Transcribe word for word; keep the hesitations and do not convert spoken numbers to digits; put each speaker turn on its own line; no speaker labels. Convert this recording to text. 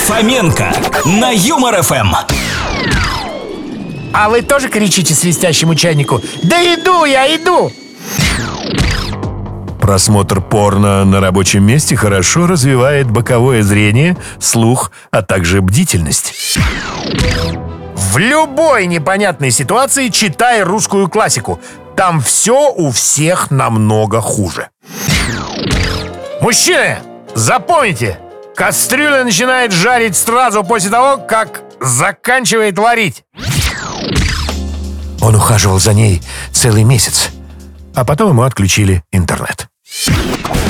Фоменко на Юмор эф эм.
А вы тоже кричите свистящему чайнику: «Да иду я, иду!»
Просмотр порно на рабочем месте хорошо развивает боковое зрение, слух, а также бдительность.
В любой непонятной ситуации читай русскую классику. Там все у всех намного хуже. Мужчины, запомните, кастрюля начинает жарить сразу после того, как заканчивает варить.
Он ухаживал за ней целый месяц, а потом ему отключили интернет.